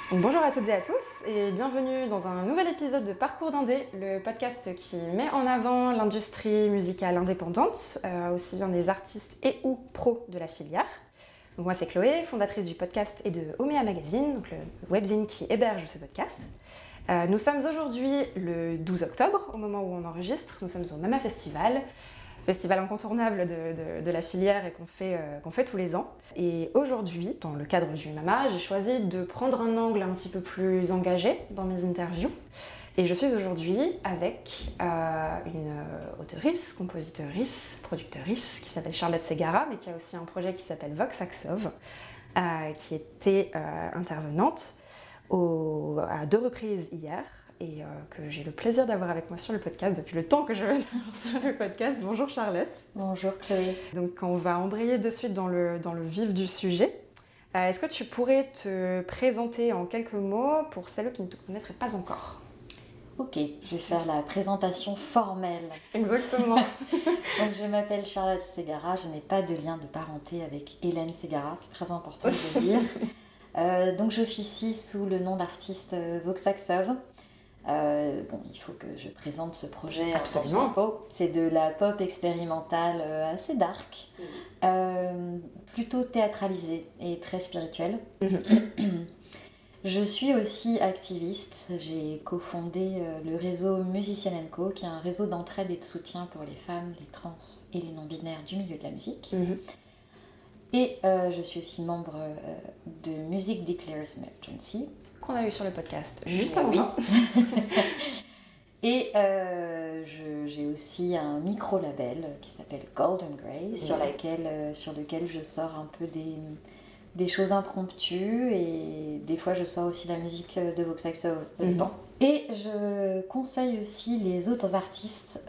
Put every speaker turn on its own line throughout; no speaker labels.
Donc, bonjour à toutes et à tous et bienvenue dans un nouvel épisode de Parcours d'Indé, le podcast qui met en avant l'industrie musicale indépendante, aussi bien des artistes et ou pros de la filière. Donc moi c'est Chloé, fondatrice du podcast et de Omea Magazine, donc le webzine qui héberge ce podcast. Nous sommes aujourd'hui le 12 octobre, au moment où on enregistre. Nous sommes au Mama Festival incontournable de la filière et qu'on fait tous les ans. Et aujourd'hui, dans le cadre du Mama, j'ai choisi de prendre un angle un petit peu plus engagé dans mes interviews. Et je suis aujourd'hui avec une auteurice, compositrice, productrice qui s'appelle Charlotte Ségara, mais qui a aussi un projet qui s'appelle Vox Axov, qui était intervenante à 2 reprises hier. Et que j'ai le plaisir d'avoir avec moi sur le podcast depuis le temps que je vais sur le podcast. Bonjour Charlotte.
Bonjour Chloé.
Donc on va embrayer de suite dans le vif du sujet. Est-ce que tu pourrais te présenter en quelques mots pour celles qui ne te connaîtraient pas encore ?
Ok, je vais faire la présentation formelle.
Exactement.
Donc je m'appelle Charlotte Ségara, je n'ai pas de lien de parenté avec Hélène Ségara, c'est très important de le dire. Donc j'officie sous le nom d'artiste Vox Axov. Il faut que je présente ce projet.
Absolument.
C'est de la pop expérimentale assez dark, plutôt théâtralisée et très spirituelle. Je suis aussi activiste. J'ai cofondé le réseau Musicienne & Co, qui est un réseau d'entraide et de soutien pour les femmes, les trans et les non-binaires du milieu de la musique. Et je suis aussi membre de Music Declares Emergency,
qu'on a eu sur le podcast juste avant.
Oui. Et j'ai aussi un micro-label qui s'appelle Golden Grey, sur lequel je sors un peu des choses impromptues, et des fois je sors aussi la musique de Vox Axov dedans. Et je conseille aussi les autres artistes,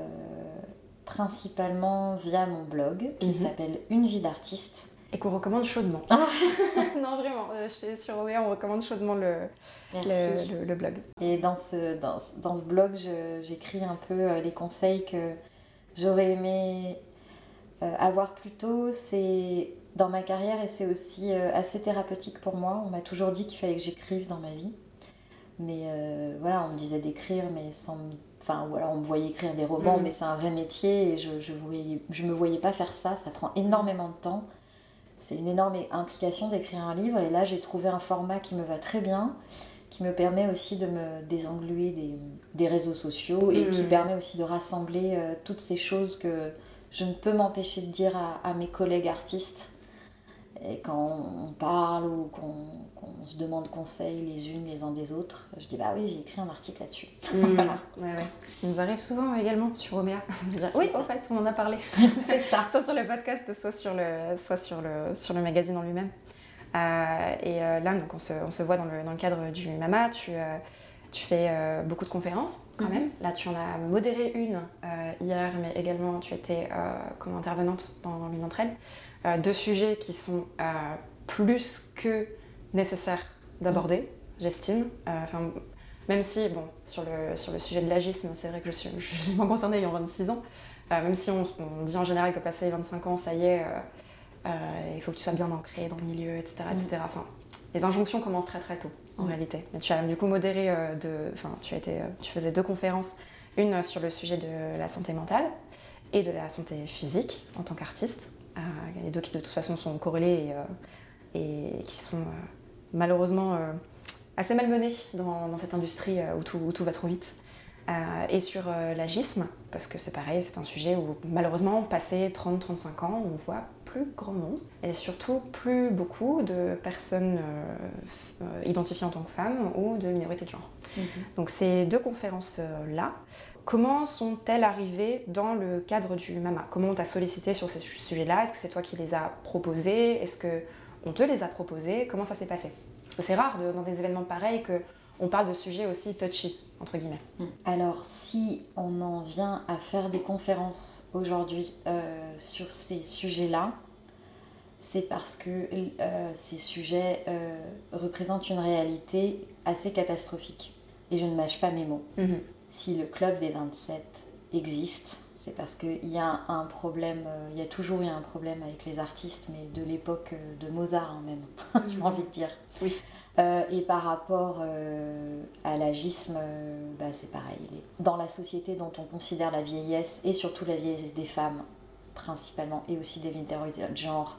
principalement via mon blog qui s'appelle Une vie d'artiste.
Et qu'on recommande chaudement. Non, vraiment, sur Omea, on recommande chaudement le blog.
Et dans ce blog, j'écris un peu les conseils que j'aurais aimé avoir plus tôt. C'est dans ma carrière, et c'est aussi assez thérapeutique pour moi. On m'a toujours dit qu'il fallait que j'écrive dans ma vie. Mais on me disait d'écrire, mais ou alors on me voyait écrire des romans, mais c'est un vrai métier, et je me voyais pas faire ça. Ça prend énormément de temps. C'est une énorme implication d'écrire un livre, et là j'ai trouvé un format qui me va très bien, qui me permet aussi de me désengluer des réseaux sociaux, et qui permet aussi de rassembler toutes ces choses que je ne peux m'empêcher de dire à mes collègues artistes. Et quand on parle ou qu'on se demande conseil les unes les uns des autres, je dis bah oui, j'ai écrit un article là-dessus.
Voilà. Ouais. Ce qui nous arrive souvent également sur Omea. Oui, en fait, on en a parlé.
C'est ça.
Soit sur le podcast, soit sur le magazine en lui-même. Là, donc, on se voit dans le cadre du Mama. Tu fais beaucoup de conférences quand même. Là, tu en as modéré une hier, mais également tu étais comme intervenante dans l'une d'entre elles. 2 sujets qui sont plus que nécessaires d'aborder, j'estime. Même si, sur le sujet de l'agisme, c'est vrai que je suis moins concernée ayant 26 ans. Même si on dit en général que passé 25 ans, ça y est, il faut que tu sois bien ancré dans le milieu, etc. etc. Enfin, les injonctions commencent très très tôt, en réalité. Mais tu as du coup modéré, tu faisais 2 conférences, une sur le sujet de la santé mentale et de la santé physique en tant qu'artiste. Les 2 qui de toute façon sont corrélés et qui sont malheureusement assez malmenés dans cette industrie où tout va trop vite. Et sur l'agisme, parce que c'est pareil, c'est un sujet où malheureusement, passé 30-35 ans, on voit plus grand monde, et surtout plus beaucoup de personnes identifiées en tant que femmes ou de minorités de genre. Donc ces 2 conférences-là, comment sont-elles arrivées dans le cadre du Mama ? Comment on t'a sollicité sur ces sujets-là ? Est-ce que c'est toi qui les as proposés ? Est-ce qu'on te les a proposés ? Comment ça s'est passé ? Parce que c'est rare dans des événements pareils qu'on parle de sujets aussi touchy, entre guillemets.
Alors, si on en vient à faire des conférences aujourd'hui sur ces sujets-là, c'est parce que ces sujets représentent une réalité assez catastrophique. Et je ne mâche pas mes mots. Si le club des 27 existe, c'est parce qu'il y a un problème, il y a toujours eu un problème avec les artistes, mais de l'époque de Mozart même, j'ai envie de dire.
Oui.
Et par rapport à l'agisme, c'est pareil. Dans la société dont on considère la vieillesse, et surtout la vieillesse des femmes principalement, et aussi des minorités de genre,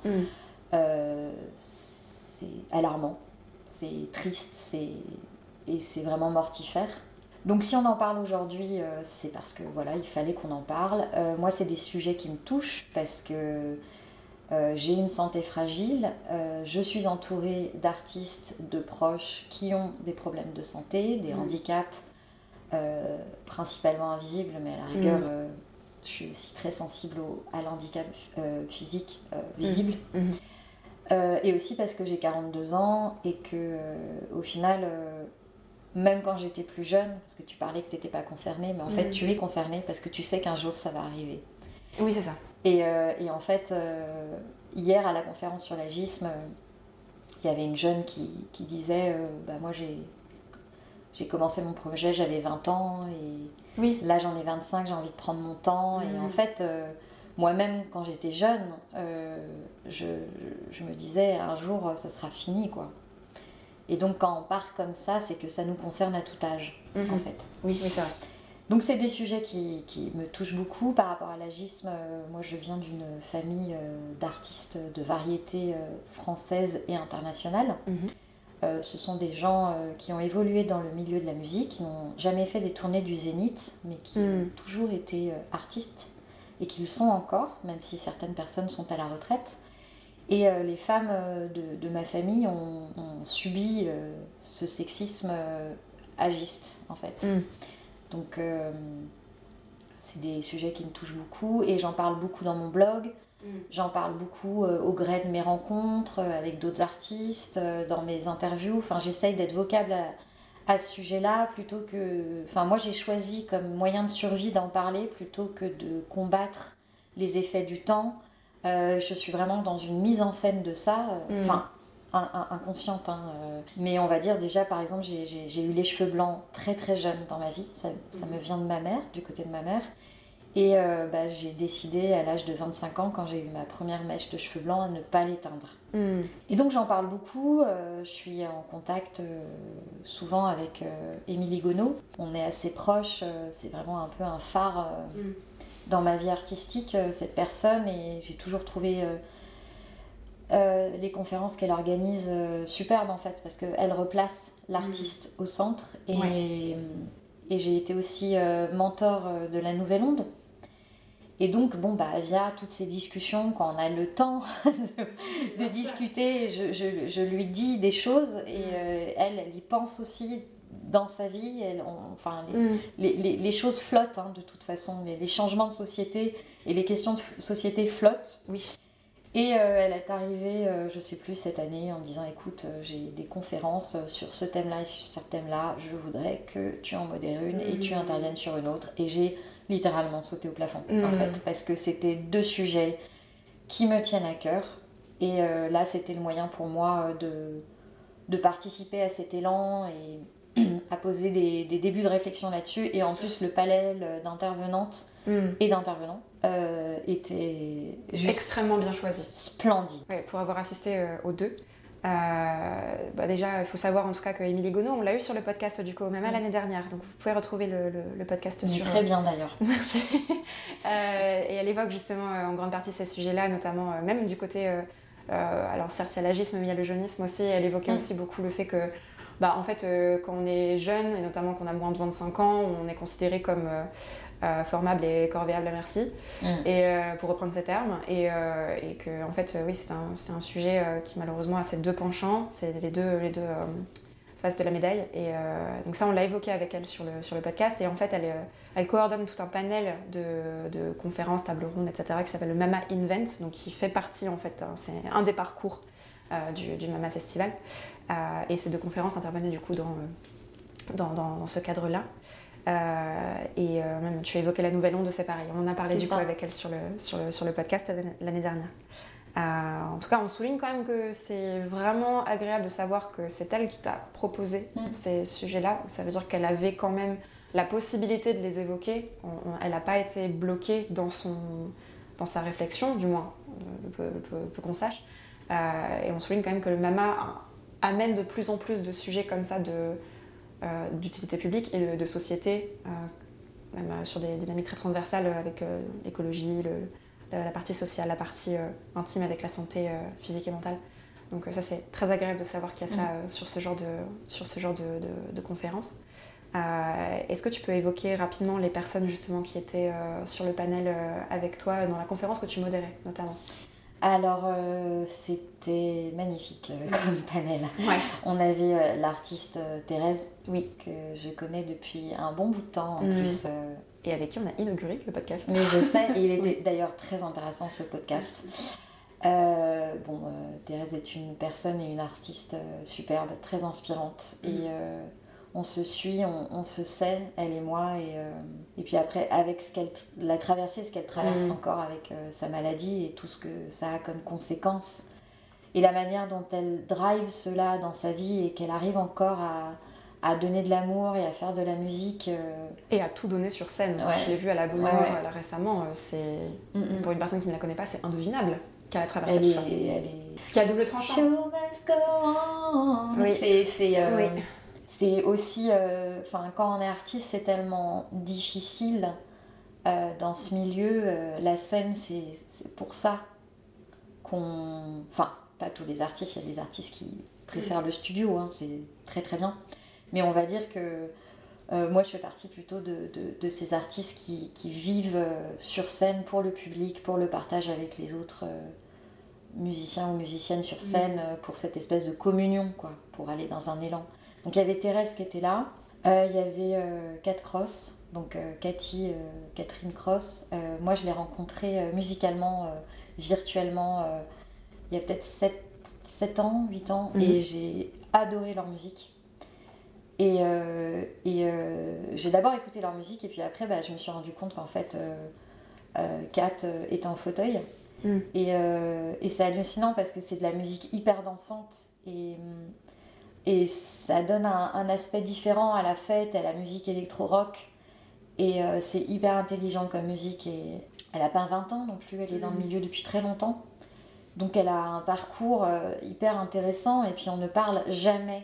c'est alarmant, c'est triste, et c'est vraiment mortifère. Donc si on en parle aujourd'hui, c'est parce que voilà, il fallait qu'on en parle. Moi, c'est des sujets qui me touchent parce que j'ai une santé fragile, je suis entourée d'artistes, de proches qui ont des problèmes de santé, des handicaps principalement invisibles, mais à la rigueur, je suis aussi très sensible à l'handicap physique visible. Et aussi parce que j'ai 42 ans et que au final, même quand j'étais plus jeune, parce que tu parlais que tu n'étais pas concernée, mais en fait tu es concernée parce que tu sais qu'un jour ça va arriver.
Oui, c'est ça.
Et en fait, hier à la conférence sur l'agisme, il y avait une jeune qui disait moi j'ai commencé mon projet, j'avais 20 ans et là j'en ai 25, j'ai envie de prendre mon temps. Et en fait, moi-même quand j'étais jeune, je me disais un jour ça sera fini quoi. Et donc quand on part comme ça, c'est que ça nous concerne à tout âge en fait.
Oui, c'est vrai.
Donc c'est des sujets qui me touchent beaucoup par rapport à l'agisme. Moi je viens d'une famille d'artistes de variété française et internationale. Ce sont des gens qui ont évolué dans le milieu de la musique, qui n'ont jamais fait des tournées du Zénith, mais qui ont toujours été artistes et qui le sont encore, même si certaines personnes sont à la retraite. Et les femmes de ma famille ont subi ce sexisme agiste en fait. Donc c'est des sujets qui me touchent beaucoup et j'en parle beaucoup dans mon blog, j'en parle beaucoup au gré de mes rencontres avec d'autres artistes, dans mes interviews. Enfin, j'essaye d'être vocable à ce sujet-là plutôt que... Enfin, moi j'ai choisi comme moyen de survie d'en parler plutôt que de combattre les effets du temps. Je suis vraiment dans une mise en scène de ça, inconsciente, hein. Mais on va dire déjà par exemple j'ai eu les cheveux blancs très très jeune dans ma vie, ça me vient de ma mère, du côté de ma mère, et j'ai décidé à l'âge de 25 ans quand j'ai eu ma première mèche de cheveux blancs à ne pas l'éteindre. Et donc j'en parle beaucoup, je suis en contact souvent avec Émilie Gonod, on est assez proches, c'est vraiment un peu un phare dans ma vie artistique, cette personne, et j'ai toujours trouvé les conférences qu'elle organise superbes en fait, parce qu'elle replace l'artiste au centre, et j'ai été aussi mentor de la Nouvelle Onde. Et donc, via toutes ces discussions, quand on a le temps de discuter, je lui dis des choses, et elle y pense aussi dans sa vie. Les choses flottent, hein, de toute façon. Les changements de société et les questions de société flottent.
Oui.
Et elle est arrivée, je sais plus, cette année en me disant écoute, j'ai des conférences sur ce thème-là et sur ce thème-là, je voudrais que tu en modères une et tu interviennes sur une autre. Et j'ai littéralement sauté au plafond en fait, parce que c'était deux sujets qui me tiennent à cœur. Et là, c'était le moyen pour moi de participer à cet élan et à poser des débuts de réflexion là-dessus. Et en plus, le panel d'intervenantes et d'intervenants était juste
extrêmement bien choisi.
Splendide.
Ouais, pour avoir assisté aux deux. Déjà, il faut savoir en tout cas que Émilie Gonod, on l'a eu sur le podcast du Co-Mama l'année dernière, donc vous pouvez retrouver le podcast sur...
Très bien d'ailleurs.
Merci. Et elle évoque justement en grande partie ces sujets-là, notamment même du côté... alors certes, il y a l'agisme, mais il y a le jeunisme aussi. Elle évoquait aussi beaucoup le fait que, en fait, quand on est jeune, et notamment qu'on a moins de 25 ans, on est considéré comme... formable et corvéable à merci, et pour reprendre ces termes, et que en fait oui, c'est un sujet qui malheureusement a ces deux penchants, c'est les deux faces de la médaille, et donc ça on l'a évoqué avec elle sur le podcast, et en fait elle coordonne tout un panel de conférences, tables rondes, etc., qui s'appelle le Mama Invent, donc qui fait partie en fait, c'est un des parcours du Mama Festival, et ces deux conférences intervenaient du coup dans ce cadre-là. Même tu as évoqué la Nouvelle Onde, c'est pareil, on en a parlé coup avec elle sur le podcast l'année dernière. En tout cas, on souligne quand même que c'est vraiment agréable de savoir que c'est elle qui t'a proposé ces sujets-là, donc ça veut dire qu'elle avait quand même la possibilité de les évoquer. Elle n'a pas été bloquée dans sa réflexion, du moins, le peu qu'on sache. Et on souligne quand même que le Mama amène de plus en plus de sujets comme ça d'utilité publique et de société, même sur des dynamiques très transversales avec l'écologie, la partie sociale, la partie intime avec la santé physique et mentale. Donc ça, c'est très agréable de savoir qu'il y a ça sur ce genre de conférences. Est-ce que tu peux évoquer rapidement les personnes justement qui étaient sur le panel avec toi dans la conférence que tu modérais notamment?
Alors, c'était magnifique comme panel.
Ouais.
On avait l'artiste Thérèse,
Oui.
que je connais depuis un bon bout de temps en plus.
Et avec qui on a inauguré le podcast.
Mais je sais, et il était d'ailleurs très intéressant ce podcast. Thérèse est une personne et une artiste superbe, très inspirante. Et on se suit, on se sait, elle et moi. Et puis après, avec la traversée, ce qu'elle traverse encore avec sa maladie et tout ce que ça a comme conséquence. Et la manière dont elle drive cela dans sa vie et qu'elle arrive encore à donner de l'amour et à faire de la musique.
Et à tout donner sur scène.
Ouais.
Je l'ai vue à la Boule Noire là, récemment. Pour une personne qui ne la connaît pas, c'est indevinable qu'elle a traversé tout ça. Ce qui a double tranchant.
Show must go on.
Oui.
C'est aussi... quand on est artiste, c'est tellement difficile dans ce milieu. La scène, c'est pour ça qu'on... Enfin, pas tous les artistes. Il y a des artistes qui préfèrent le studio. Hein, c'est très très bien. Mais on va dire que moi, je fais partie plutôt de ces artistes qui vivent sur scène pour le public, pour le partage avec les autres musiciens ou musiciennes sur scène, pour cette espèce de communion, quoi, pour aller dans un élan. Donc il y avait Thérèse qui était là, il y avait Kat Cross, donc Catherine Cross. Moi, je l'ai rencontrée musicalement, virtuellement, il y a peut-être 7 ans, 8 ans, et j'ai adoré leur musique. Et j'ai d'abord écouté leur musique et puis après je me suis rendu compte qu'en fait Kat était en fauteuil et c'est hallucinant parce que c'est de la musique hyper dansante et ça donne un aspect différent à la fête, à la musique électro-rock et c'est hyper intelligent comme musique et elle a pas 20 ans non plus, elle est dans le milieu depuis très longtemps donc elle a un parcours hyper intéressant et puis on ne parle jamais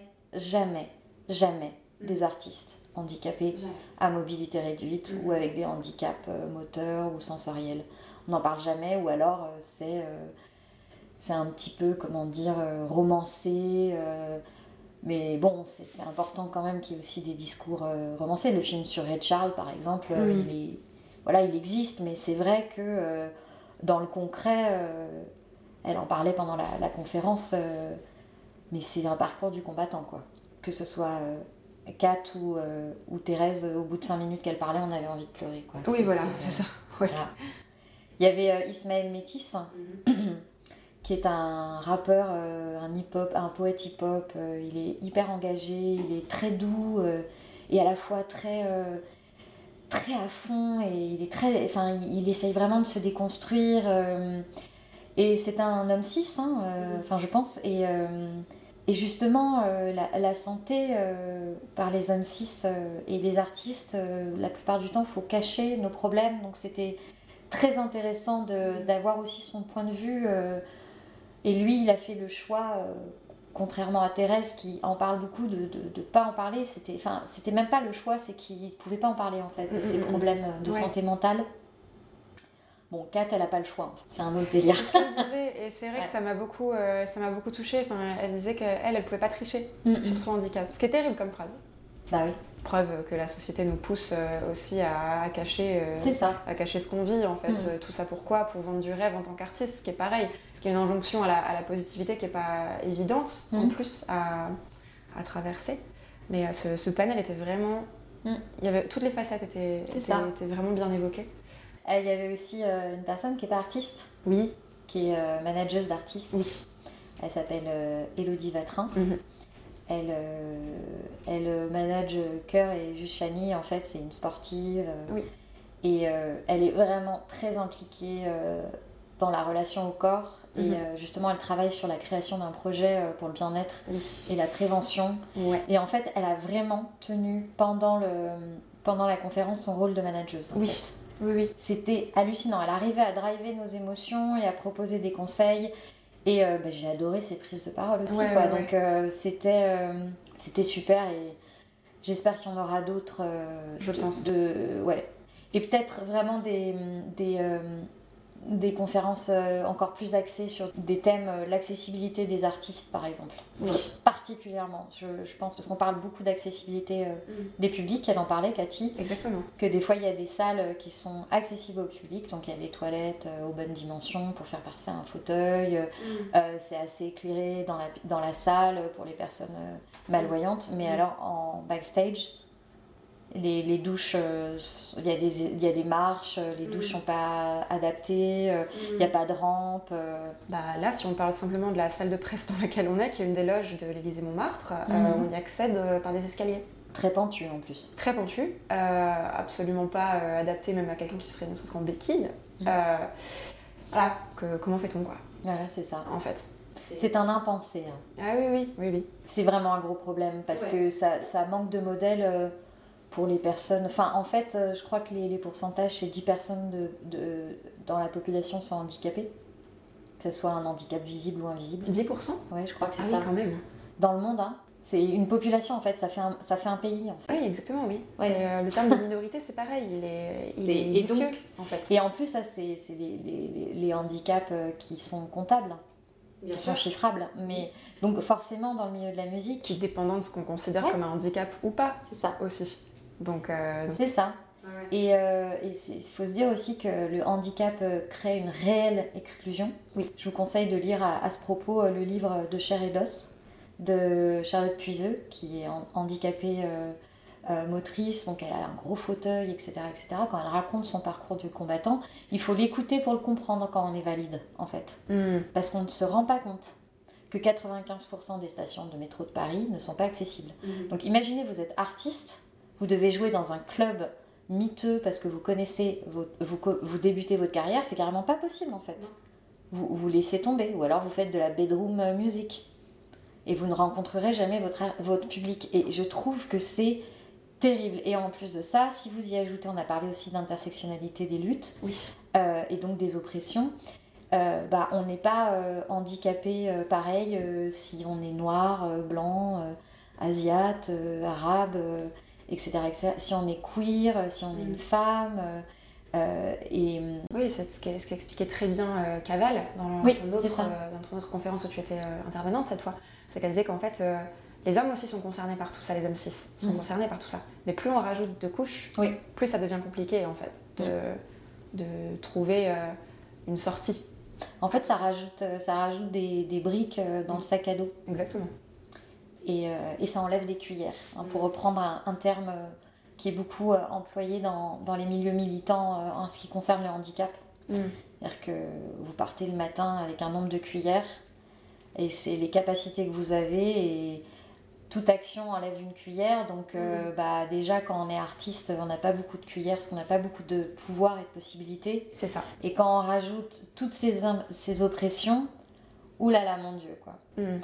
des artistes handicapés à mobilité réduite ou avec des handicaps moteurs ou sensoriels. On n'en parle jamais ou alors c'est un petit peu, comment dire, romancé. Mais bon, c'est important quand même qu'il y ait aussi des discours romancés. Le film sur Ray Charles, par exemple, il existe, mais c'est vrai que dans le concret, elle en parlait pendant la conférence, mais c'est un parcours du combattant, quoi. Que ce soit Kat ou Thérèse, au bout de 5 minutes qu'elle parlait, on avait envie de pleurer, quoi.
Oui, voilà, c'est ça. Ouais.
Voilà. Il y avait Ismaël Métis, qui est un rappeur, un hip-hop, un poète hip-hop. Il est hyper engagé, il est très doux et à la fois très à fond. Et il essaye vraiment de se déconstruire. Et c'est un homme cis, je pense. Et justement, la santé par les hommes cis et les artistes, la plupart du temps, il faut cacher nos problèmes. Donc c'était très intéressant d'avoir aussi son point de vue. Et lui, il a fait le choix, contrairement à Thérèse qui en parle beaucoup, de ne pas en parler. C'était même pas le choix, c'est qu'il ne pouvait pas en parler en fait, de ses problèmes de santé mentale. Bon, Kat, elle n'a pas le choix. C'est un autre délire.
C'est ce qu'elle disait, et c'est vrai que ça m'a beaucoup touchée. Enfin, elle disait qu'elle ne pouvait pas tricher sur son handicap. Ce qui est terrible comme phrase.
Bah oui.
Preuve que la société nous pousse aussi à cacher, à cacher ce qu'on vit, en fait. Tout ça pourquoi ? Pour vendre du rêve en tant qu'artiste, ce qui est pareil. Ce qui est une injonction à la positivité qui n'est pas évidente, en plus, à traverser. Mais ce panel était vraiment... Il y avait, toutes les facettes étaient vraiment bien évoquées.
Il y avait aussi une personne qui n'est pas artiste, qui est manageuse d'artistes.
Oui.
Elle s'appelle Élodie Vatrin. Elle manage Cœur et Juste Chani. En fait, c'est une sportive. Et elle est vraiment très impliquée dans la relation au corps. Et justement, elle travaille sur la création d'un projet pour le bien-être et la prévention. Ouais. Et en fait, elle a vraiment tenu pendant la conférence son rôle de manageuse. En fait. Oui. C'était hallucinant. Elle arrivait à driver nos émotions et à proposer des conseils. Et j'ai adoré ses prises de parole aussi,
Ouais,
quoi.
ouais,
Donc c'était super et j'espère qu'il y en aura d'autres.
Je pense.
Ouais. Et peut-être vraiment des conférences encore plus axées sur des thèmes, l'accessibilité des artistes par exemple.
Oui.
Particulièrement, je pense, parce qu'on parle beaucoup d'accessibilité des publics, elle en parlait, Cathy.
Exactement.
Que des fois il y a des salles qui sont accessibles au public, donc il y a des toilettes aux bonnes dimensions pour faire passer un fauteuil, c'est assez éclairé dans la salle pour les personnes malvoyantes, mais alors en backstage, les douches, il y a des marches, les douches sont pas adaptées, il n'y a pas de rampe.
Là, si on parle simplement de la salle de presse dans laquelle on est, qui est une des loges de l'Élysée-Montmartre, on y accède par des escaliers.
Très pentu en plus.
Très pentu, absolument pas adapté même à quelqu'un qui serait ne serait-ce qu'en béquille. Voilà, comment fait-on quoi?
Voilà, c'est ça.
En fait.
C'est un impensé. Hein.
Ah oui.
C'est vraiment un gros problème parce que ça manque de modèles pour les personnes. Enfin, en fait, je crois que les pourcentages, c'est 10 personnes dans la population sont handicapées. Que ce soit un handicap visible ou invisible.
10%?
Oui, je crois que c'est
ça.
ça.
Oui, quand même.
Dans le monde, hein. C'est une population en fait, ça fait un pays en fait.
Oui, exactement, oui.
Ouais.
Le terme de minorité, c'est pareil, il est vicieux,
donc,
en fait.
Et en plus, ça, c'est les handicaps qui sont comptables, qui sont chiffrables. Mais, donc forcément, dans le milieu de la musique...
Qui dépendant de ce qu'on considère comme un handicap ou pas.
C'est ça.
Aussi. Donc,
c'est ça. Ouais. Et il faut se dire aussi que le handicap crée une réelle exclusion. Oui. Je vous conseille de lire à ce propos le livre de Chair et d'os de Charlotte Puiseux, qui est handicapée motrice, donc elle a un gros fauteuil, etc., etc. Quand elle raconte son parcours du combattant, il faut l'écouter pour le comprendre quand on est valide, en fait. Parce qu'on ne se rend pas compte que 95% des stations de métro de Paris ne sont pas accessibles. Donc imaginez, vous êtes artiste, vous devez jouer dans un club miteux parce que vous connaissez, vous débutez votre carrière, c'est carrément pas possible, en fait. Vous laissez tomber, ou alors vous faites de la bedroom music. Et vous ne rencontrerez jamais votre public. Et je trouve que c'est terrible. Et en plus de ça, si vous y ajoutez, on a parlé aussi d'intersectionnalité des luttes, et donc des oppressions, on n'est pas handicapé pareil si on est noir, blanc, asiate, arabe, etc., etc. Si on est queer, si on est une femme...
Oui, c'est ce qu'expliquait très bien Caval dans ton autre conférence où tu étais intervenante cette fois. C'est qu'elle disait qu'en fait, les hommes aussi sont concernés par tout ça, les hommes cis sont concernés par tout ça. Mais plus on rajoute de couches, plus ça devient compliqué en fait de trouver une sortie.
En fait, ça rajoute des briques dans le sac à dos.
Exactement.
Et ça enlève des cuillères, pour reprendre un terme qui est beaucoup employé dans les milieux militants en ce qui concerne le handicap. C'est-à-dire que vous partez le matin avec un nombre de cuillères et c'est les capacités que vous avez et toute action enlève une cuillère. Donc déjà quand on est artiste, on n'a pas beaucoup de cuillères parce qu'on n'a pas beaucoup de pouvoir et de possibilités.
C'est ça.
Et quand on rajoute toutes ces oppressions, oulala mon Dieu quoi.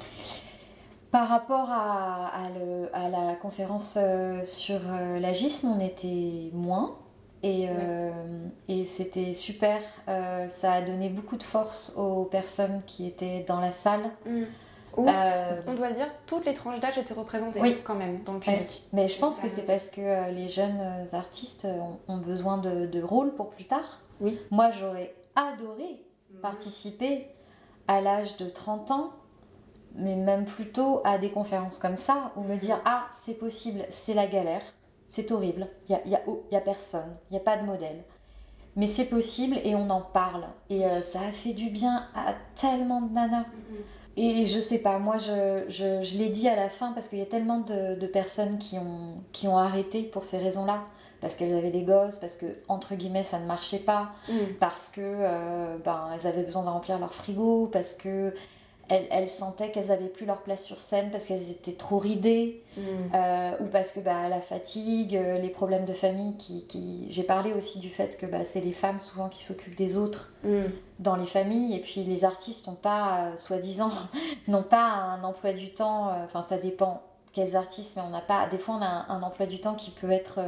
Par rapport à la conférence sur l'agisme, on était moins et c'était super. Ça a donné beaucoup de force aux personnes qui étaient dans la salle.
On doit le dire, toutes les tranches d'âge étaient représentées quand même dans le public.
Mais je pense que c'est parce que les jeunes artistes ont besoin de rôle pour plus tard.
Oui.
Moi, j'aurais adoré participer à l'âge de 30 ans, mais même plutôt à des conférences comme ça, où me dire « Ah, c'est possible, c'est la galère, c'est horrible, il y a personne, il n'y a pas de modèle. Mais c'est possible et on en parle. » Et ça a fait du bien à tellement de nanas. Et je sais pas, moi je l'ai dit à la fin parce qu'il y a tellement de personnes qui ont arrêté pour ces raisons-là. Parce qu'elles avaient des gosses, parce que, entre guillemets, ça ne marchait pas, parce que elles avaient besoin de remplir leur frigo, parce que elles sentaient qu'elles n'avaient plus leur place sur scène parce qu'elles étaient trop ridées, ou parce que la fatigue, les problèmes de famille j'ai parlé aussi du fait que c'est les femmes souvent qui s'occupent des autres dans les familles, et puis les artistes n'ont pas, soi-disant, n'ont pas un emploi du temps, ça dépend quels artistes, mais des fois on a un emploi du temps qui peut être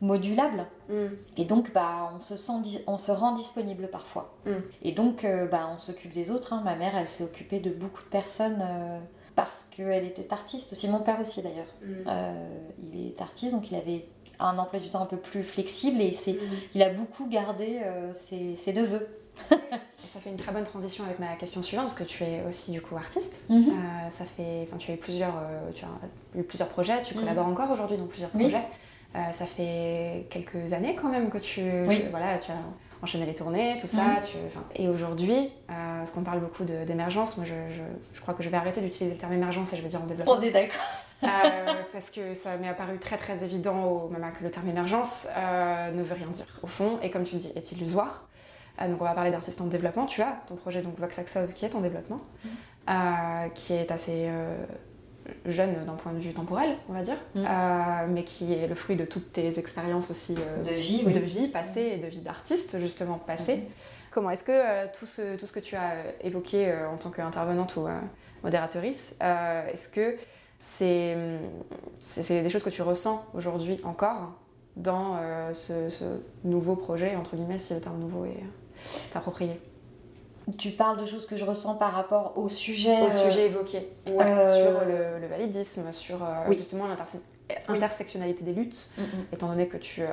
modulable. Et donc on se rend disponible parfois. Et donc on s'occupe des autres. Ma mère, elle s'est occupée de beaucoup de personnes parce qu'elle était artiste aussi. Mon père aussi d'ailleurs. Il est artiste, donc il avait un emploi du temps un peu plus flexible et il a beaucoup gardé ses neveux.
Et ça fait une très bonne transition avec ma question suivante, parce que tu es aussi du coup artiste. Tu as eu plusieurs projets, tu collabores encore aujourd'hui dans plusieurs projets. Ça fait quelques années quand même que tu as enchaîné les tournées, tout ça. Et aujourd'hui, parce qu'on parle beaucoup d'émergence, moi je crois que je vais arrêter d'utiliser le terme émergence et je vais dire en développement.
On est d'accord.
Parce que ça m'est apparu très très évident au Mama que le terme émergence ne veut rien dire au fond, et comme tu le dis, est illusoire. Donc on va parler d'artistes en développement. Tu as ton projet donc Vox Axov qui est en développement, qui est assez jeune d'un point de vue temporel, on va dire, mais qui est le fruit de toutes tes expériences aussi
de vie
passée et de vie d'artiste justement passée. Comment est-ce que tout ce que tu as évoqué en tant qu'intervenante ou modératrice, est-ce que c'est des choses que tu ressens aujourd'hui encore dans ce nouveau projet, entre guillemets, si le terme nouveau est approprié?
Tu parles de choses que je ressens par rapport au sujet...
Au sujet évoqué, sur le validisme, sur justement l'intersectionnalité des luttes, étant donné que tu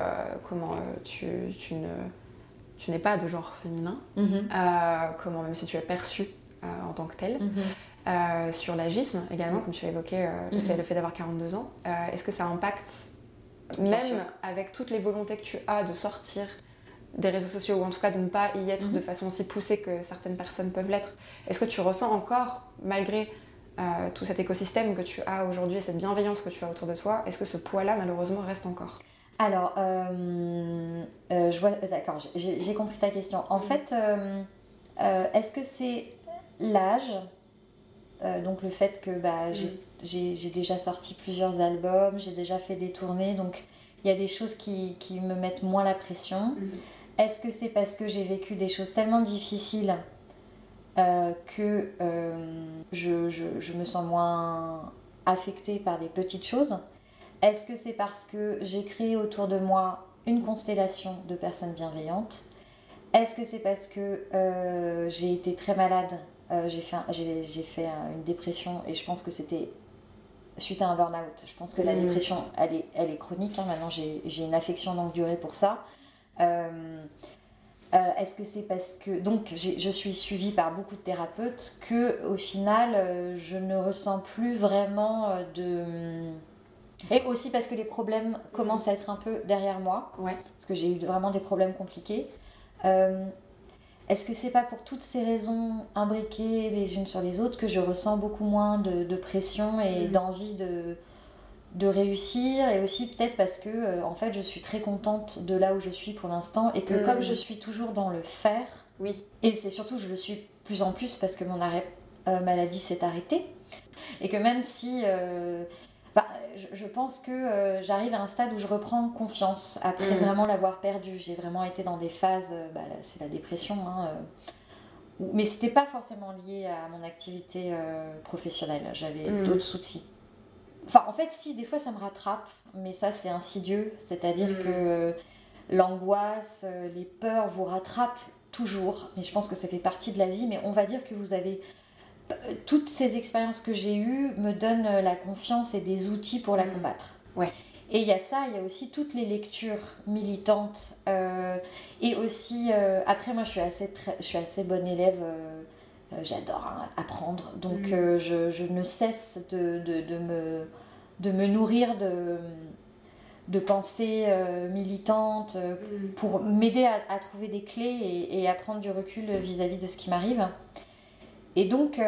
n'es pas de genre féminin, même si tu es perçue en tant que telle. Sur l'agisme également, comme tu as évoqué, le fait d'avoir 42 ans, est-ce que ça impacte, même avec toutes les volontés que tu as de sortir des réseaux sociaux, ou en tout cas de ne pas y être de façon aussi poussée que certaines personnes peuvent l'être, est-ce que tu ressens encore, malgré tout cet écosystème que tu as aujourd'hui et cette bienveillance que tu as autour de toi, est-ce que ce poids-là malheureusement reste encore?
Alors, je vois, d'accord, j'ai compris ta question. En fait, est-ce que c'est l'âge, donc le fait que j'ai déjà sorti plusieurs albums, j'ai déjà fait des tournées, donc il y a des choses qui me mettent moins la pression. Est-ce que c'est parce que j'ai vécu des choses tellement difficiles que je me sens moins affectée par des petites choses? Est-ce que c'est parce que j'ai créé autour de moi une constellation de personnes bienveillantes? Est-ce que c'est parce que j'ai été très malade? J'ai fait une dépression et je pense que c'était suite à un burn-out. Je pense que la dépression, elle est chronique. Maintenant, j'ai une affection longue durée pour ça. Est-ce que c'est parce que... Donc, je suis suivie par beaucoup de thérapeutes qu'au final, je ne ressens plus vraiment de... Et aussi parce que les problèmes commencent à être un peu derrière moi. Parce que j'ai eu vraiment des problèmes compliqués. Est-ce que c'est pas pour toutes ces raisons imbriquées les unes sur les autres que je ressens beaucoup moins de pression et d'envie de réussir, et aussi peut-être parce que en fait je suis très contente de là où je suis pour l'instant, et que comme je suis toujours dans le faire, et c'est surtout je le suis plus en plus parce que mon arrêt maladie s'est arrêté, et que même si je pense que j'arrive à un stade où je reprends confiance après vraiment l'avoir perdu. J'ai vraiment été dans des phases, c'est la dépression, mais c'était pas forcément lié à mon activité professionnelle, j'avais d'autres soucis. Enfin, en fait, si, des fois ça me rattrape, mais ça c'est insidieux, c'est-à-dire que l'angoisse, les peurs vous rattrapent toujours, mais je pense que ça fait partie de la vie, mais on va dire que vous avez... Toutes ces expériences que j'ai eues me donnent la confiance et des outils pour la combattre. Et il y a ça, il y a aussi toutes les lectures militantes, et aussi, après moi je suis assez bonne élève, j'adore apprendre, donc je ne cesse de me nourrir de pensées militantes pour m'aider à trouver des clés et à prendre du recul vis-à-vis de ce qui m'arrive. Et donc,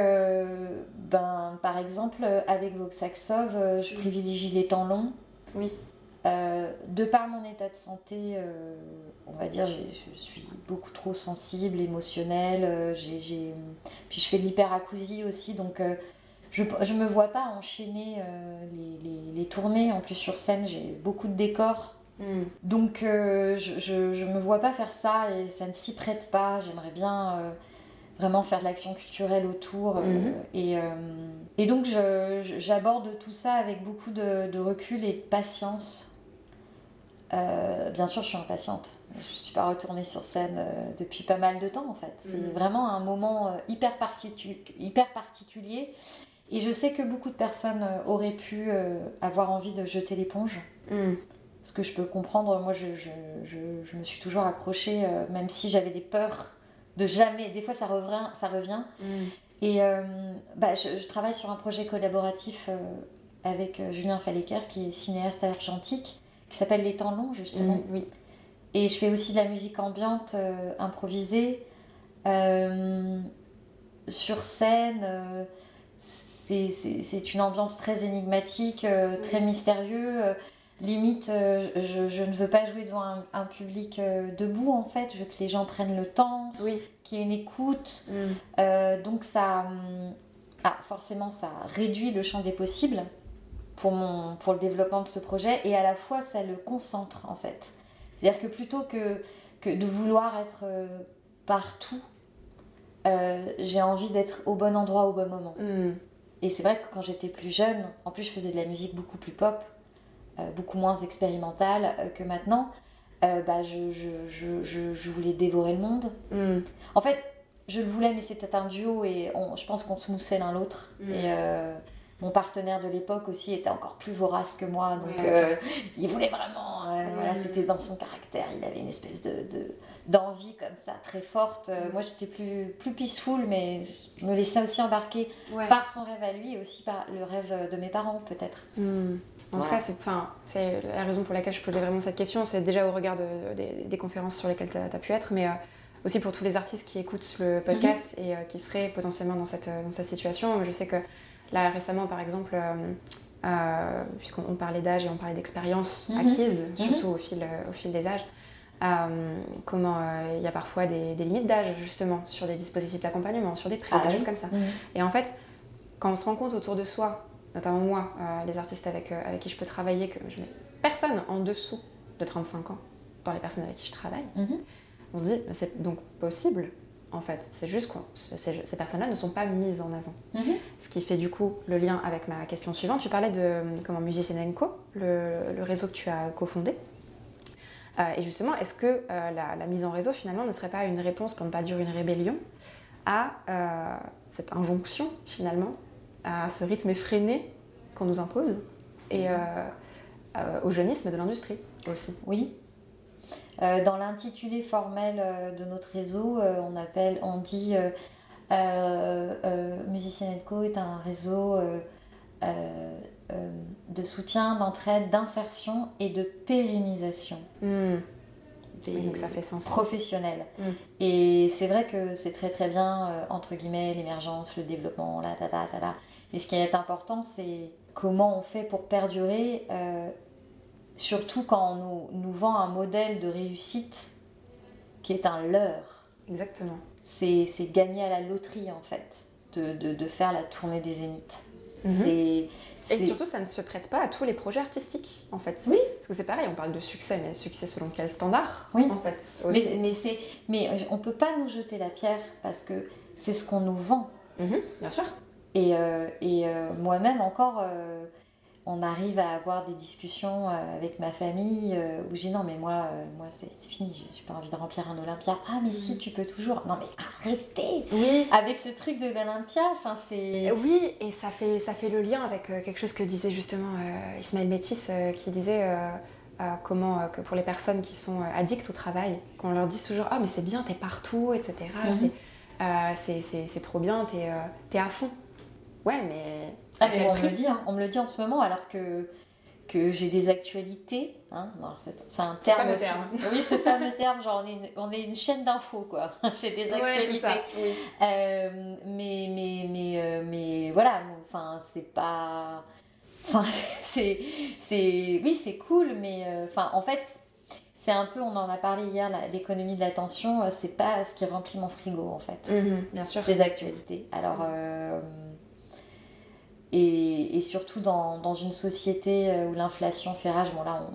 par exemple, avec Vox Axov, je privilégie les temps longs. De par mon état de santé, on va dire, je suis beaucoup trop sensible, émotionnelle. Puis je fais de l'hyperacousie aussi, donc je me vois pas enchaîner les tournées. En plus, sur scène, j'ai beaucoup de décors. Donc, je me vois pas faire ça et ça ne s'y prête pas. J'aimerais bien... vraiment faire de l'action culturelle autour. Et donc j'aborde tout ça avec beaucoup de recul et de patience. bien sûr, je suis impatiente. Je ne suis pas retournée sur scène depuis pas mal de temps, en fait. C'est vraiment un moment hyper particulier. Et je sais que beaucoup de personnes auraient pu avoir envie de jeter l'éponge. Ce que je peux comprendre. Moi, je me suis toujours accrochée, même si j'avais des peurs de jamais. Des fois, ça revient. Et je travaille sur un projet collaboratif avec Julien Fallecker, qui est cinéaste argentique, qui s'appelle Les Temps Longs, justement.
Oui.
Et je fais aussi de la musique ambiante improvisée sur scène. C'est une ambiance très énigmatique, très mystérieuse. Limite, je ne veux pas jouer devant un public debout, en fait. Je veux que les gens prennent le temps, qu'il y ait une écoute. Donc forcément, ça réduit le champ des possibles pour le développement de ce projet. Et à la fois, ça le concentre, en fait. C'est-à-dire que plutôt que de vouloir être partout, j'ai envie d'être au bon endroit au bon moment. Et c'est vrai que quand j'étais plus jeune, en plus je faisais de la musique beaucoup plus pop, beaucoup moins expérimentale que maintenant, je voulais dévorer le monde. En fait, je le voulais, mais c'était un duo et je pense qu'on se moussait l'un l'autre. Et mon partenaire de l'époque aussi était encore plus vorace que moi, donc il voulait vraiment, voilà, c'était dans son caractère, il avait une espèce d'envie comme ça, très forte. Moi j'étais plus peaceful, mais je me laissais aussi embarquer par son rêve à lui et aussi par le rêve de mes parents, peut-être.
En tout cas, c'est la raison pour laquelle je posais vraiment cette question, c'est déjà au regard des conférences sur lesquelles tu as pu être, mais aussi pour tous les artistes qui écoutent le podcast et qui seraient potentiellement dans cette situation. Je sais que là, récemment, par exemple, puisqu'on parlait d'âge et on parlait d'expérience acquise, surtout au fil des âges, comment il y a parfois des limites d'âge, justement, sur des dispositifs d'accompagnement, sur des prix, des choses comme ça. Et en fait, quand on se rend compte autour de soi, notamment moi, les artistes avec qui je peux travailler, que je n'ai personne en dessous de 35 ans dans les personnes avec qui je travaille, on se dit, c'est donc possible, en fait. C'est juste que ces personnes-là ne sont pas mises en avant. Ce qui fait du coup le lien avec ma question suivante. Tu parlais de Musicienne & Co, le réseau que tu as cofondé. Et justement, est-ce que la mise en réseau, finalement, ne serait pas une réponse, pour ne pas dire une rébellion, à cette injonction, finalement, à ce rythme effréné qu'on nous impose et au jeunisme de l'industrie aussi?
Oui. Dans l'intitulé formel de notre réseau, on dit Musicienne & Co est un réseau de soutien, d'entraide, d'insertion et de pérennisation
donc ça fait sens.
Professionnels. Et c'est vrai que c'est très très bien, entre guillemets, l'émergence, le développement, mais ce qui est important, c'est comment on fait pour perdurer, surtout quand on nous vend un modèle de réussite qui est un leurre.
Exactement.
C'est gagner à la loterie, en fait, de faire la tournée des Zéniths. Et
surtout, ça ne se prête pas à tous les projets artistiques, en fait.
Oui.
Parce que c'est pareil, on parle de succès, mais succès selon quel standard, en fait aussi.
Mais on ne peut pas nous jeter la pierre, parce que c'est ce qu'on nous vend.
Bien sûr.
Et moi-même encore, on arrive à avoir des discussions avec ma famille où je dis non mais moi c'est fini, j'ai pas envie de remplir un Olympia. Ah mais si, tu peux toujours. Non mais arrêtez. Avec ce truc de l'Olympia, enfin c'est...
Oui, et ça fait le lien avec quelque chose que disait justement Ismaël Métis, qui disait comment que pour les personnes qui sont addictes au travail, qu'on leur dise toujours ah mais c'est bien, t'es partout, etc. C'est trop bien, t'es à fond. Ouais, mais...
mais on me le dit en ce moment, alors que j'ai des actualités. Hein. Non, c'est un terme aussi. Oui, ce fameux terme, genre on est une chaîne d'infos, quoi. J'ai des actualités.
C'est ça, oui.
Mais voilà, enfin, c'est pas... Enfin, oui, c'est cool, mais... en fait, c'est un peu, on en a parlé hier, l'économie de l'attention, c'est pas ce qui remplit mon frigo, en fait.
Bien sûr.
Ces actualités. Alors... Et surtout dans une société où l'inflation fait rage, bon là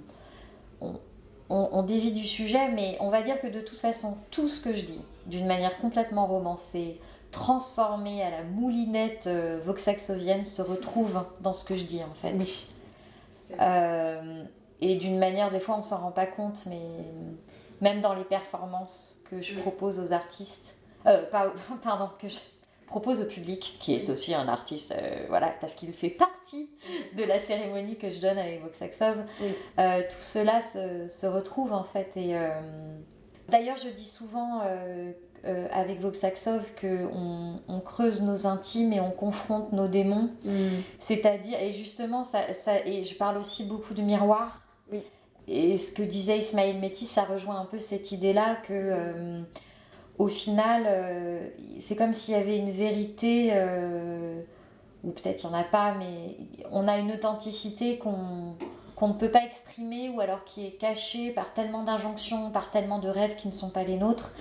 on dévie du sujet, mais on va dire que de toute façon, tout ce que je dis, d'une manière complètement romancée, transformée à la moulinette vauxhallovienne, se retrouve dans ce que je dis en fait.
Oui.
et d'une manière, des fois on s'en rend pas compte, mais même dans les performances que je propose aux artistes, pardon, que je propose au public, qui est aussi un artiste, voilà, parce qu'il fait partie de la cérémonie que je donne avec Voxaxov, tout cela se retrouve en fait. Et d'ailleurs, je dis souvent avec Voxaxov qu'on creuse nos intimes et on confronte nos démons, c'est-à-dire, et justement, et je parle aussi beaucoup de miroir.
Oui.
Et ce que disait Ismaël Métis, ça rejoint un peu cette idée-là que, au final, c'est comme s'il y avait une vérité, ou peut-être il n'y en a pas, mais on a une authenticité qu'on ne peut pas exprimer, ou alors qui est cachée par tellement d'injonctions, par tellement de rêves qui ne sont pas les nôtres.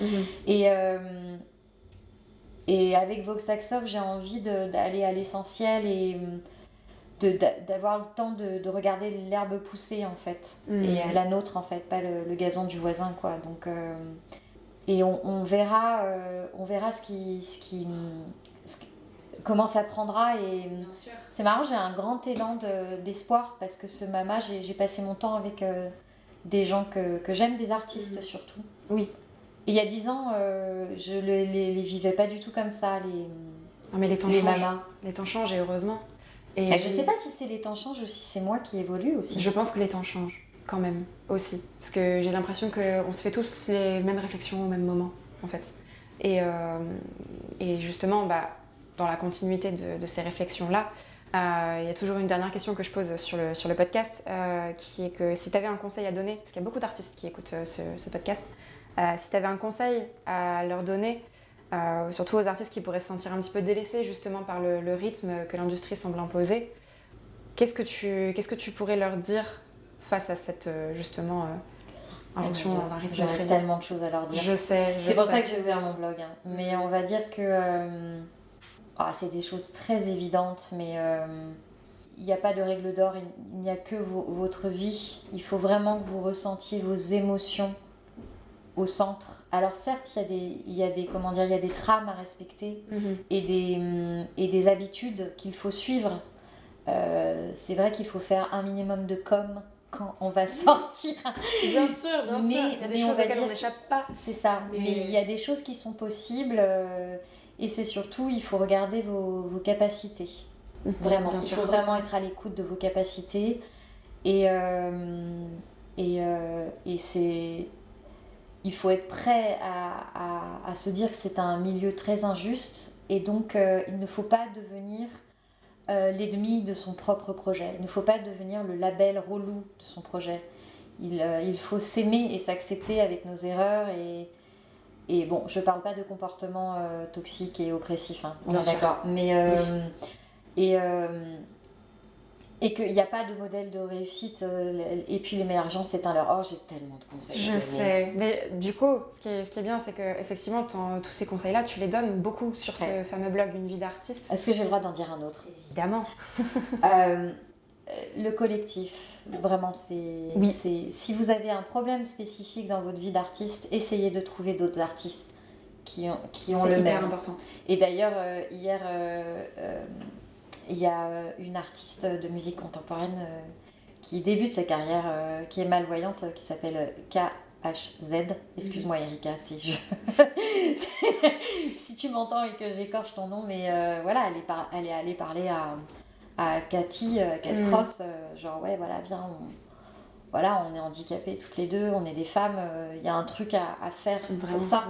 Et avec Voxaxov, j'ai envie d'aller à l'essentiel et d'avoir le temps de regarder l'herbe pousser en fait, et la nôtre en fait, pas le gazon du voisin quoi. Donc et on verra comment ça prendra. Et c'est marrant, j'ai un grand élan d'espoir parce que ce Mama, j'ai passé mon temps avec des gens que j'aime, des artistes surtout.
Oui.
Et il y a 10 ans, je les vivais pas du tout comme ça,
non, mais les temps changent. Mamas. Les temps changent, et heureusement.
Et je sais pas si c'est les temps changent ou si c'est moi qui évolue aussi.
Je pense que les temps changent, quand même, aussi. Parce que j'ai l'impression qu'on se fait tous les mêmes réflexions au même moment, en fait. Et justement, dans la continuité de ces réflexions-là, il y a toujours une dernière question que je pose sur le podcast, qui est que si tu avais un conseil à donner, parce qu'il y a beaucoup d'artistes qui écoutent ce podcast, si tu avais un conseil à leur donner, surtout aux artistes qui pourraient se sentir un petit peu délaissés justement par le rythme que l'industrie semble imposer, qu'est-ce que tu pourrais leur dire face à cette justement injonction d'un rythme
effréné? J'aurais tellement de choses à leur dire.
Je sais.
C'est pour ça que j'ai ouvert mon blog. Mais on va dire que c'est des choses très évidentes, mais il n'y a pas de règle d'or, il n'y a que votre vie. Il faut vraiment que vous ressentiez vos émotions au centre. Alors certes, il y a des trames à respecter et des habitudes qu'il faut suivre. C'est vrai qu'il faut faire un minimum de com quand on va sortir.
Bien sûr. Il y a des choses auxquelles on n'échappe pas.
C'est ça. Mais il y a des choses qui sont possibles et c'est surtout, il faut regarder vos capacités. Vraiment. Il faut vraiment être à l'écoute de vos capacités et c'est... Il faut être prêt à se dire que c'est un milieu très injuste et donc il ne faut pas devenir l'ennemi de son propre projet. Il ne faut pas devenir le label relou de son projet. Il faut s'aimer et s'accepter avec nos erreurs et bon, je parle pas de comportement toxique et oppressif, hein, on est d'accord. Mais et qu'il n'y a pas de modèle de réussite et puis les meilleurs gens c'est un leurre. J'ai tellement de conseils.
Je sais, mais du coup ce qui est bien c'est que effectivement tous ces conseils là tu les donnes beaucoup sur ce fameux blog Une vie d'artiste.
Est-ce que j'ai le droit d'en dire un autre?
Évidemment.
Le collectif, vraiment c'est si vous avez un problème spécifique dans votre vie d'artiste, essayez de trouver d'autres artistes qui ont le même.
C'est hyper important.
Et d'ailleurs hier il y a une artiste de musique contemporaine qui débute sa carrière, qui est malvoyante, qui s'appelle KHZ. Excuse-moi Erika si si tu m'entends et que j'écorche ton nom, mais voilà, elle est allée parler à Cathy, Cat Cross, genre ouais voilà, viens, on est handicapées toutes les deux, on est des femmes, il y a un truc à faire pour ça,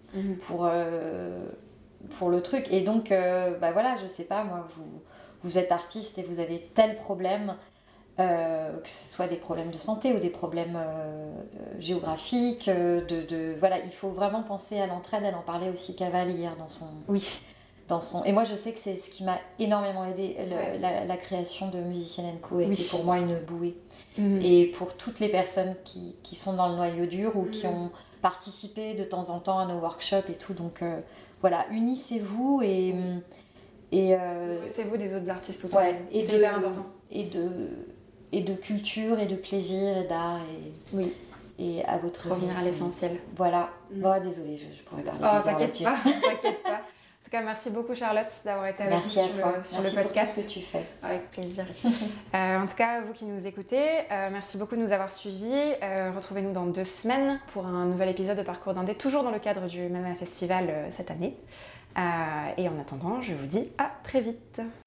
pour le truc. Et donc, voilà, je sais pas, moi, vous êtes artiste et vous avez tel problème, que ce soit des problèmes de santé ou des problèmes géographiques, voilà, il faut vraiment penser à l'entraide. Elle en parlait aussi Caval hier dans son... Et moi, je sais que c'est ce qui m'a énormément aidé. La création de Musicienne & Co. était pour moi une bouée. Et pour toutes les personnes qui sont dans le noyau dur ou qui ont participé de temps en temps à nos workshops et tout. Donc voilà, unissez-vous et
unissez-vous des autres artistes autour de vous. C'est hyper important.
Et de culture et de plaisir et d'art et à votre
revenir à l'essentiel.
Voilà. Désolée, je pourrais parler des heures
t'inquiète pas. tout cas, merci beaucoup Charlotte d'avoir été avec nous
Merci à toi.
sur
Merci
le podcast.
pour tout ce que tu fais.
Avec plaisir. En tout cas, vous qui nous écoutez, merci beaucoup de nous avoir suivis. Retrouvez-nous dans 2 semaines pour un nouvel épisode de Parcours d'Indé, toujours dans le cadre du Mama Festival cette année. Et en attendant, je vous dis à très vite.